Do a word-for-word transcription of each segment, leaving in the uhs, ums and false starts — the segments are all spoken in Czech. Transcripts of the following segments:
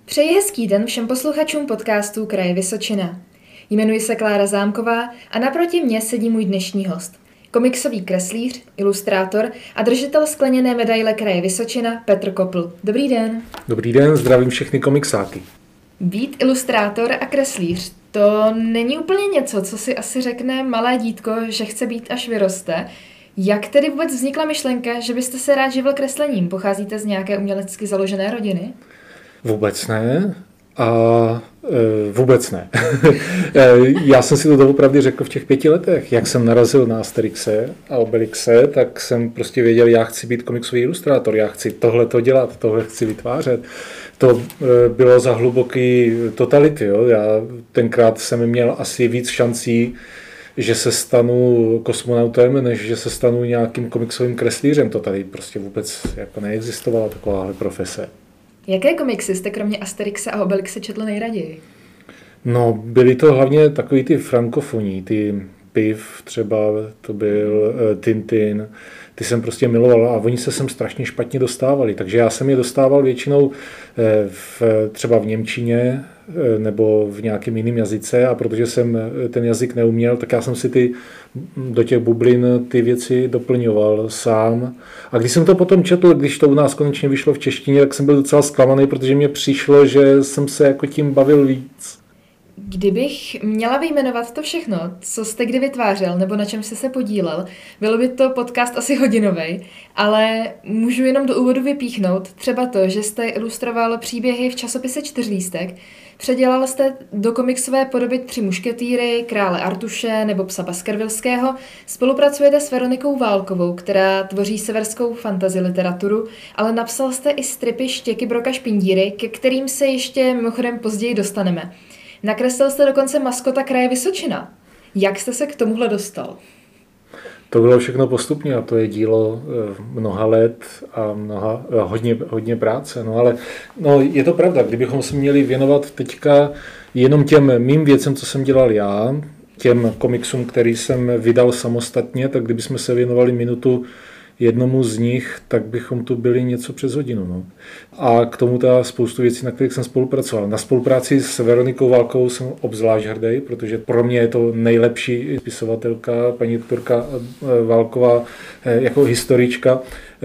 Přeji hezký den všem posluchačům podcastu Kraje Vysočina. Jmenuji se Klára Zámková a naproti mně sedí můj dnešní host. Komiksový kreslíř, ilustrátor a držitel skleněné medaile Kraje Vysočina Petr Kopl. Dobrý den. Dobrý den, zdravím všechny komiksáky. Být ilustrátor a kreslíř, to není úplně něco, co si asi řekne malé dítko, že chce být, až vyroste. Jak tedy vůbec vznikla myšlenka, že byste se rád živil kreslením? Pocházíte z nějaké umělecky založené rodiny? Vůbec ne. A e, vůbec ne. Já jsem si to doopravdy řekl v těch pěti letech. Jak jsem narazil na Asterixe a Obelixe, tak jsem prostě věděl, já chci být komiksový ilustrátor, já chci tohleto dělat, tohle chci vytvářet. To e, bylo za hluboký totality. Jo? Já tenkrát jsem měl asi víc šancí, že se stanu kosmonautem, než že se stanu nějakým komiksovým kreslířem. To tady prostě vůbec jako neexistovala takováhle profese. Jaké komiksy jste kromě Asterixe a Obelixe četl nejraději? No, byly to hlavně takový ty frankofoní, ty Piv třeba, to byl uh, Tintin, ty jsem prostě miloval a oni se sem strašně špatně dostávali, takže já jsem je dostával většinou v, třeba v němčině nebo v nějakém jiném jazyce a protože jsem ten jazyk neuměl, tak já jsem si ty, do těch bublin ty věci doplňoval sám. A když jsem to potom četl, když to u nás konečně vyšlo v češtině, tak jsem byl docela zklamaný, protože mě přišlo, že jsem se jako tím bavil víc. Kdybych měla vyjmenovat to všechno, co jste kdy vytvářel nebo na čem jste se podílel, bylo by to podcast asi hodinovej, ale můžu jenom do úvodu vypíchnout třeba to, že jste ilustroval příběhy v časopise Čtyřlístek, předělal jste do komiksové podoby Tři mušketýry, Krále Artuše nebo Psa Baskervilského, spolupracujete s Veronikou Válkovou, která tvoří severskou fantasy literaturu, ale napsal jste i stripy Štěky Broka Špindíry, ke kterým se ještě mimochodem později dostaneme. Nakreslil jste dokonce maskota Kraje Vysočina. Jak jste se k tomuhle dostal? To bylo všechno postupně a to je dílo mnoha let a mnoha, hodně, hodně práce. No ale no, je to pravda, kdybychom se měli věnovat teďka jenom těm mým věcem, co jsem dělal já, těm komiksům, který jsem vydal samostatně, tak kdybychom se věnovali minutu jednomu z nich, tak bychom tu byli něco přes hodinu. No. A k tomu teda spoustu věcí, na kterých jsem spolupracoval. Na spolupráci s Veronikou Válkovou jsem obzvlášť hrdý, protože pro mě je to nejlepší spisovatelka, paní doktorka Válková jako historička.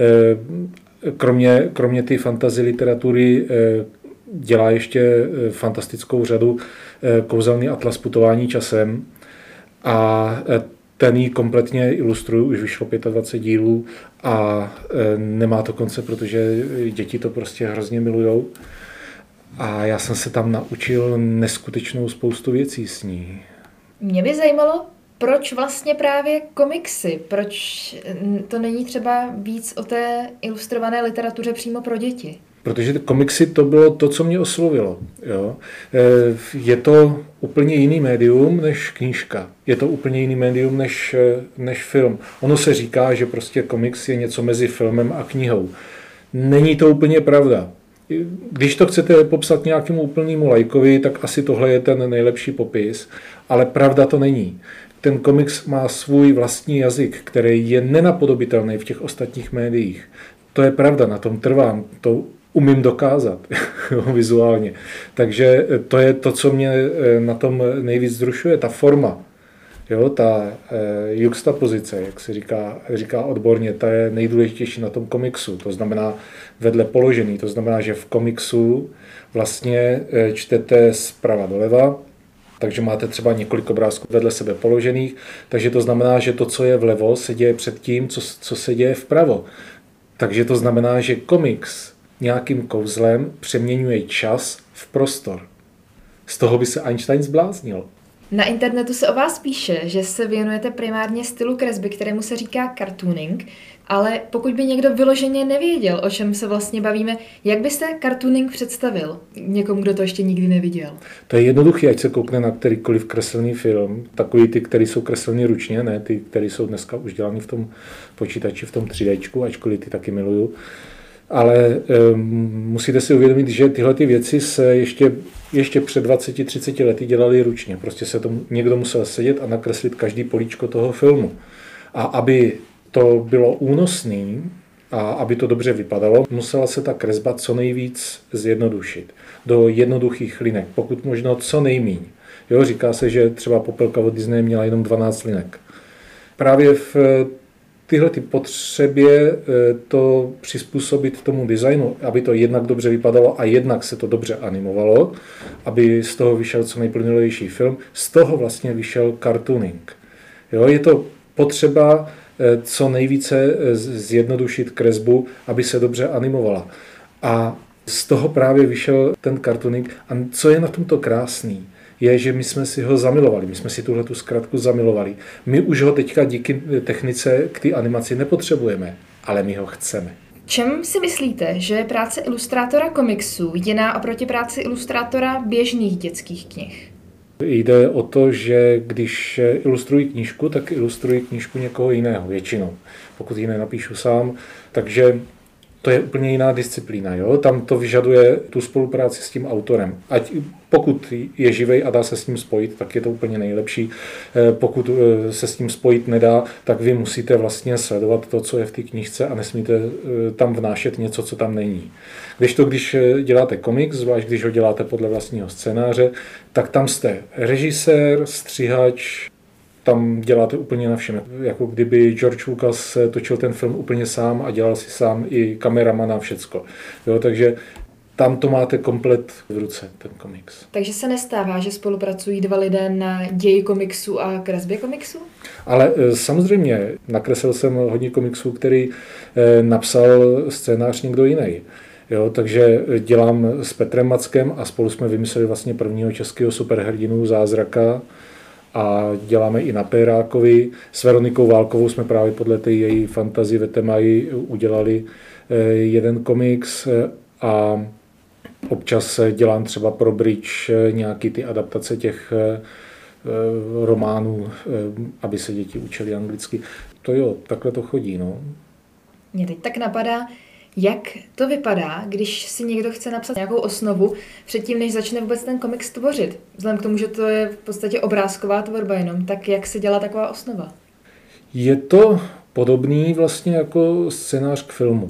Kromě, kromě ty fantasy literatury dělá ještě fantastickou řadu Kouzelný atlas putování časem a ten ji kompletně ilustruju, už vyšlo dvacet pět dílů a nemá to konce, protože děti to prostě hrozně milujou. A já jsem se tam naučil neskutečnou spoustu věcí s ní. Mě by zajímalo, proč vlastně právě komiksy? Proč to není třeba víc o té ilustrované literatuře přímo pro děti? Protože komiksy to bylo to, co mě oslovilo. Jo. Je to úplně jiný médium než knížka. Je to úplně jiný médium než, než film. Ono se říká, že prostě komiks je něco mezi filmem a knihou. Není to úplně pravda. Když to chcete popsat nějakému úplnému laikovi, tak asi tohle je ten nejlepší popis, ale pravda to není. Ten komiks má svůj vlastní jazyk, který je nenapodobitelný v těch ostatních médiích. To je pravda, na tom trvám, to umím dokázat vizuálně. Takže to je to, co mě na tom nejvíc vzrušuje, ta forma. Jo, ta eh, juxtapozice, jak se říká, říká odborně, ta je nejdůležitější na tom komiksu. To znamená vedle položený. To znamená, že v komiksu vlastně čtete zprava doleva, takže máte třeba několik obrázků vedle sebe položených, takže to znamená, že to, co je vlevo, se děje před tím, co, co se děje vpravo. Takže to znamená, že komiks nějakým kouzlem přeměňuje čas v prostor. Z toho by se Einstein zbláznil. Na internetu se o vás píše, že se věnujete primárně stylu kresby, kterému se říká cartooning, ale pokud by někdo vyloženě nevěděl, o čem se vlastně bavíme, jak byste cartooning představil někomu, kdo to ještě nikdy neviděl? To je jednoduché, ať se koukne na kterýkoliv kreslený film, takový ty, který jsou kreslený ručně, ne ty, které jsou dneska už dělaný v tom počítači, v tom tři déčku, ačkoliv ty taky miluju. Ale um, musíte si uvědomit, že tyhle ty věci se ještě, ještě před dvaceti třiceti lety dělaly ručně. Prostě se tomu někdo musel sedět a nakreslit každý políčko toho filmu. A aby to bylo únosný, A aby to dobře vypadalo, musela se ta kresba co nejvíc zjednodušit. Do jednoduchých linek, pokud možno co nejmíň. Jo, říká se, že třeba Popelka od Disney měla jenom dvanáct linek. Právě v tyhle ty potřebě to přizpůsobit tomu designu, aby to jednak dobře vypadalo a jednak se to dobře animovalo, aby z toho vyšel co nejplynulejší film, z toho vlastně vyšel cartooning. Jo, je to potřeba co nejvíce zjednodušit kresbu, aby se dobře animovala. A z toho právě vyšel ten cartooning. A co je na tomto krásný, je, že my jsme si ho zamilovali, my jsme si tuhle tu zkratku zamilovali. My už ho teďka díky technice k té animaci nepotřebujeme, ale my ho chceme. Čem si myslíte, že je práce ilustrátora komiksů jiná oproti práci ilustrátora běžných dětských knih? Jde o to, že když ilustruji knížku, tak ilustruji knížku někoho jiného většinou, pokud ji nenapíšu sám. Takže to je úplně jiná disciplína. Jo? Tam to vyžaduje tu spolupráci s tím autorem. Ať pokud je živej a dá se s ním spojit, tak je to úplně nejlepší. Pokud se s tím spojit nedá, tak vy musíte vlastně sledovat to, co je v té knížce a nesmíte tam vnášet něco, co tam není. Když to, když děláte komiks, zvlášť když ho děláte podle vlastního scénáře, tak tam jste režisér, střihač, tam děláte úplně na všem. Jako kdyby George Lucas točil ten film úplně sám a dělal si sám i kameramana a všecko. Jo, takže tam to máte komplet v ruce, ten komiks. Takže se nestává, že spolupracují dva lidé na ději komiksu a kresbě komiksu? Ale samozřejmě nakreslil jsem hodně komiksů, který napsal scénář někdo jiný. Jo, takže dělám s Petrem Mackem a spolu jsme vymysleli vlastně prvního českého superhrdinu Zázraka a děláme i na Pérákovi. S Veronikou Válkovou jsme právě podle té její fantasy Vetemaji udělali jeden komiks a občas dělám třeba pro Bridge nějaký ty adaptace těch románů, aby se děti učili anglicky. To jo, takhle to chodí, no. Mě teď tak napadá, jak to vypadá, když si někdo chce napsat nějakou osnovu předtím, než začne vůbec ten komiks tvořit. Vzhledem k tomu, že to je v podstatě obrázková tvorba jenom, tak jak se dělá taková osnova? Je to podobný vlastně jako scénář k filmu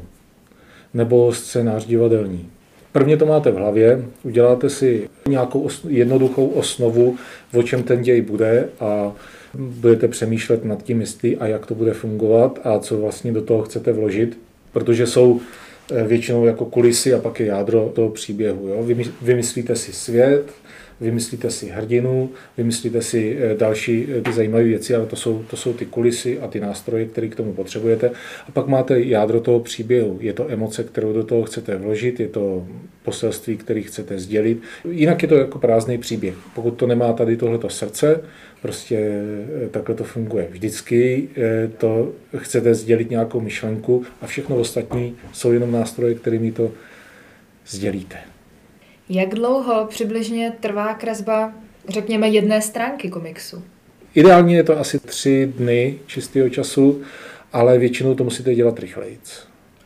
nebo scénář divadelní. Prvně to máte v hlavě, uděláte si nějakou os- jednoduchou osnovu, o čem ten děj bude a budete přemýšlet nad tím, jestli a jak to bude fungovat a co vlastně do toho chcete vložit, protože jsou většinou jako kulisy a pak je jádro toho příběhu. Jo? Vymyslíte si svět, vymyslíte si hrdinu, vymyslíte si další zajímavé věci, ale to jsou, to jsou ty kulisy a ty nástroje, které k tomu potřebujete. A pak máte jádro toho příběhu. Je to emoce, kterou do toho chcete vložit, je to poselství, který chcete sdělit. Jinak je to jako prázdný příběh. Pokud to nemá tady tohleto srdce, prostě takhle to funguje. Vždycky to chcete sdělit nějakou myšlenku a všechno ostatní jsou jenom nástroje, kterými to sdělíte. Jak dlouho přibližně trvá kresba, řekněme, jedné stránky komiksu? Ideálně je to asi tři dny čistého času, ale většinou to musíte dělat rychlejc.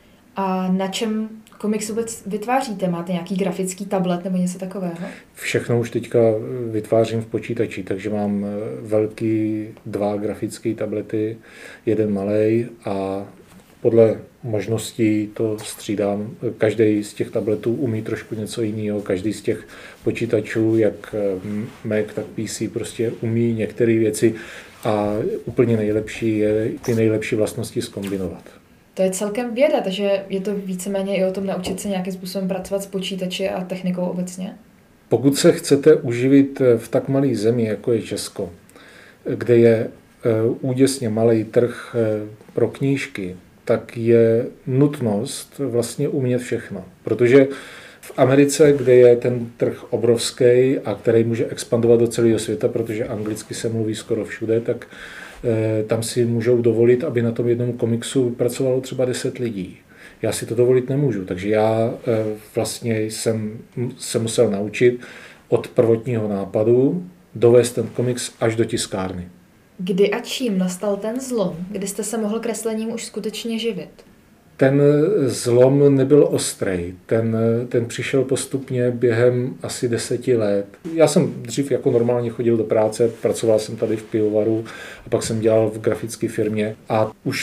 A na čem komiks vůbec vytváříte? Máte nějaký grafický tablet nebo něco takového? Všechno už teďka vytvářím v počítači, takže mám velký dva grafické tablety, jeden malej a podle možností to střídám. Každý z těch tabletů umí trošku něco jiného, každý z těch počítačů, jak Mac, tak P C, prostě umí některé věci a úplně nejlepší je ty nejlepší vlastnosti zkombinovat. To je celkem věda, takže je to víceméně i o tom naučit se nějakým způsobem pracovat s počítači a technikou obecně? Pokud se chcete uživit v tak malé zemi, jako je Česko, kde je úděsně malý trh pro knížky, tak je nutnost vlastně umět všechno. Protože v Americe, kde je ten trh obrovský a který může expandovat do celého světa, protože anglicky se mluví skoro všude, tak eh, tam si můžou dovolit, aby na tom jednom komiksu pracovalo třeba deset lidí. Já si to dovolit nemůžu, takže já eh, vlastně jsem se musel naučit od prvotního nápadu dovést ten komiks až do tiskárny. Kdy a čím nastal ten zlom, kdy jste se mohl kreslením už skutečně živit? Ten zlom nebyl ostrej, ten, ten přišel postupně během asi deseti let. Já jsem dřív jako normálně chodil do práce, pracoval jsem tady v pivovaru a pak jsem dělal v grafické firmě a už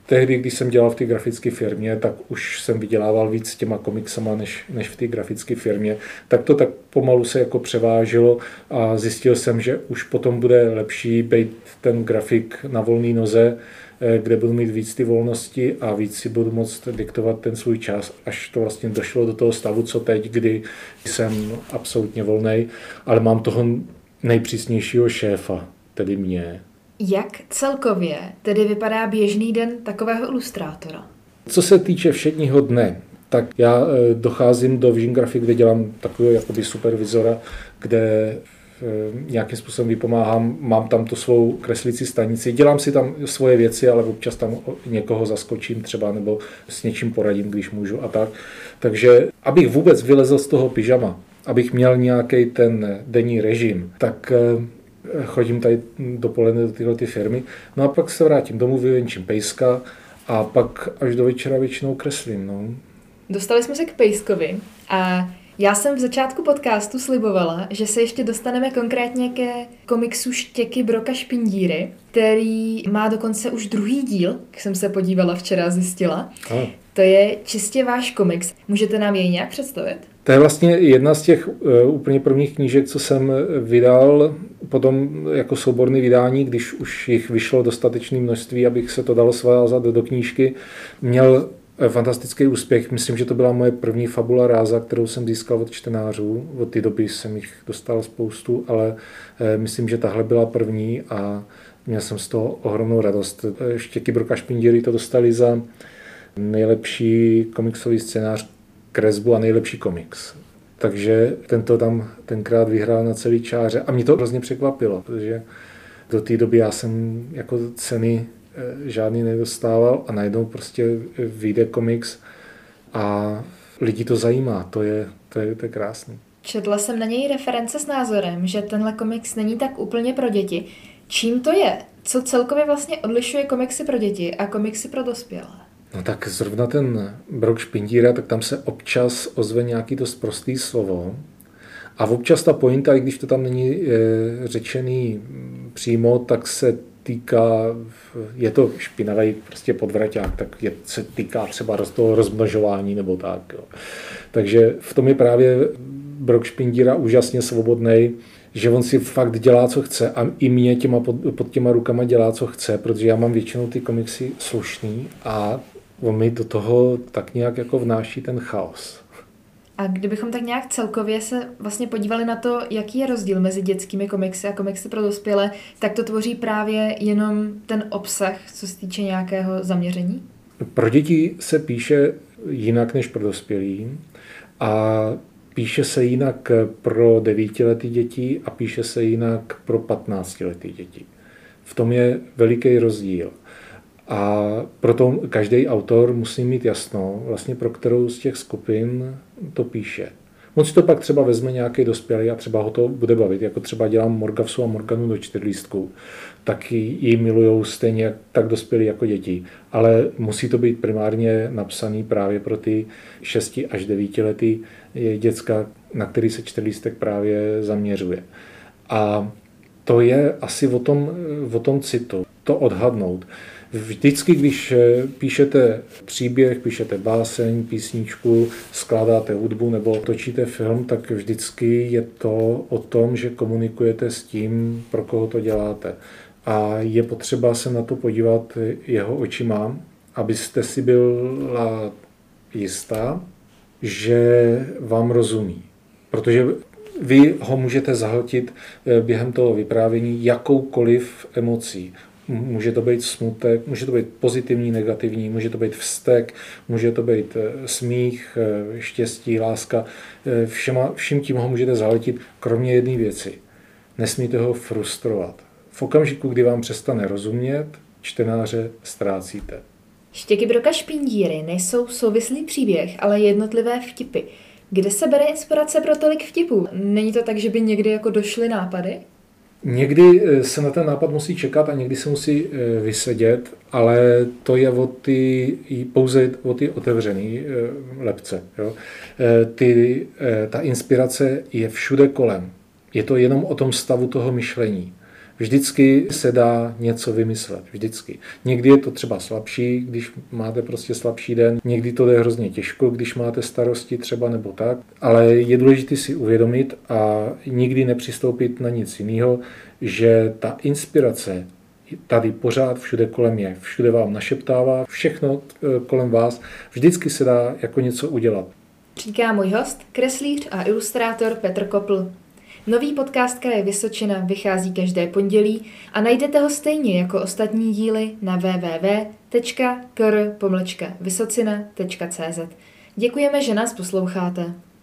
tehdy, když jsem dělal v té grafické firmě, tak už jsem vydělával víc těma komiksama, než, než v té grafické firmě. Tak to tak pomalu se jako převážilo a zjistil jsem, že už potom bude lepší být ten grafik na volné noze, kde budu mít víc ty volnosti a víc si budu moct diktovat ten svůj čas, až to vlastně došlo do toho stavu, co teď, kdy jsem absolutně volnej, ale mám toho nejpřísnějšího šéfa, tedy mě. Jak celkově tedy vypadá běžný den takového ilustrátora? Co se týče všedního dne, tak já docházím do Vision Graphic, kde dělám takového jakoby supervizora, kde nějakým způsobem vypomáhám, mám tam tu svou kreslící stanici, dělám si tam svoje věci, ale občas tam někoho zaskočím třeba nebo s něčím poradím, když můžu a tak. Takže abych vůbec vylezl z toho pyžama, abych měl nějaký ten denní režim, tak chodím tady dopoledne do tyhle ty firmy, no a pak se vrátím domů, vyvenčím pejska a pak až do večera většinou kreslím. No. Dostali jsme se k pejskovi a já jsem v začátku podcastu slibovala, že se ještě dostaneme konkrétně ke komiksu Štěky Broka Špindíry, který má dokonce už druhý díl, jak jsem se podívala včera, zjistila. Aha. To je čistě váš komiks. Můžete nám jej nějak představit? To je vlastně jedna z těch uh, úplně prvních knížek, co jsem vydal potom jako souborné vydání, když už jich vyšlo dostatečné množství, abych se to dalo svázat do, do knížky. Měl fantastický úspěch. Myslím, že to byla moje první fabula ráza, kterou jsem získal od čtenářů. Od té doby jsem jich dostal spoustu, ale myslím, že tahle byla první a měl jsem z toho ohromnou radost. Štěky Broka Špindíry to dostali za nejlepší komiksový scénář, kresbu a nejlepší komiks. Takže tento tam tenkrát vyhrál na celý čáře a mě to hrozně překvapilo, protože do té doby já jsem jako ceny žádný nedostával a najednou prostě vyjde komiks a lidi to zajímá, to je, to je, to je krásný. Četla jsem na něj reference s názorem, že tenhle komiks není tak úplně pro děti. Čím to je? Co celkově vlastně odlišuje komiksy pro děti a komiksy pro dospělé? No tak zrovna ten Brok Špindíra, tak tam se občas ozve nějaký dost prostý slovo a občas ta pointa, i když to tam není e, řečený přímo, tak se týká, je to špinavý prostě podvraťák, tak je, se týká třeba toho rozmnožování nebo tak. Jo. Takže v tom je právě Brok Špindíra úžasně svobodnej, že on si fakt dělá, co chce a i mě těma pod, pod těma rukama dělá, co chce, protože já mám většinou ty komiksy slušný a on mi do toho tak nějak jako vnáší ten chaos. A kdybychom tak nějak celkově se vlastně podívali na to, jaký je rozdíl mezi dětskými komiksy a komiksy pro dospělé, tak to tvoří právě jenom ten obsah, co se týče nějakého zaměření? Pro děti se píše jinak než pro dospělí a píše se jinak pro devítiletý děti a píše se jinak pro patnáctiletý děti. V tom je veliký rozdíl. A proto každý autor musí mít jasno, vlastně pro kterou z těch skupin to píše. Moc to pak třeba vezme nějaký dospělý a třeba ho to bude bavit, jako třeba dělám Morgavsu a Morganu do čtyřlístků, tak ji milujou stejně tak dospělí jako děti. Ale musí to být primárně napsaný právě pro ty šesti až devítiletý děcka, na který se čtyřlístek právě zaměřuje. A to je asi o tom, o tom citu, to odhadnout. Vždycky, když píšete příběh, píšete báseň, písničku, skládáte hudbu nebo točíte film, tak vždycky je to o tom, že komunikujete s tím, pro koho to děláte. A je potřeba se na to podívat jeho očima, abyste si byla jistá, že vám rozumí. Protože vy ho můžete zahltit během toho vyprávění jakoukoliv emocí. Může to být smutek, může to být pozitivní, negativní, může to být vztek, může to být smích, štěstí, láska. Všema, vším tím ho můžete zahltit, kromě jedné věci. Nesmíte ho frustrovat. V okamžiku, kdy vám přestane rozumět, čtenáře ztrácíte. Štěky Broka Špindíry nejsou souvislý příběh, ale jednotlivé vtipy. Kde se bere inspirace pro tolik vtipů? Není to tak, že by někdy jako došly nápady? Někdy se na ten nápad musí čekat a někdy se musí vysedět, ale to je o ty, pouze o ty otevřený lepce. Jo. Ty, ta inspirace je všude kolem. Je to jenom o tom stavu toho myšlení. Vždycky se dá něco vymyslet, vždycky. Někdy je to třeba slabší, když máte prostě slabší den, někdy to jde hrozně těžko, když máte starosti třeba nebo tak, ale je důležité si uvědomit a nikdy nepřistoupit na nic jiného, že ta inspirace tady pořád všude kolem je, všude vám našeptává, všechno kolem vás, vždycky se dá jako něco udělat. Říká můj host, kreslíř a ilustrátor Petr Kopl. Nový podcast Kraje Vysočina vychází každé pondělí a najdete ho stejně jako ostatní díly na w w w tečka k r pomlčka vysocina tečka c z. Děkujeme, že nás posloucháte.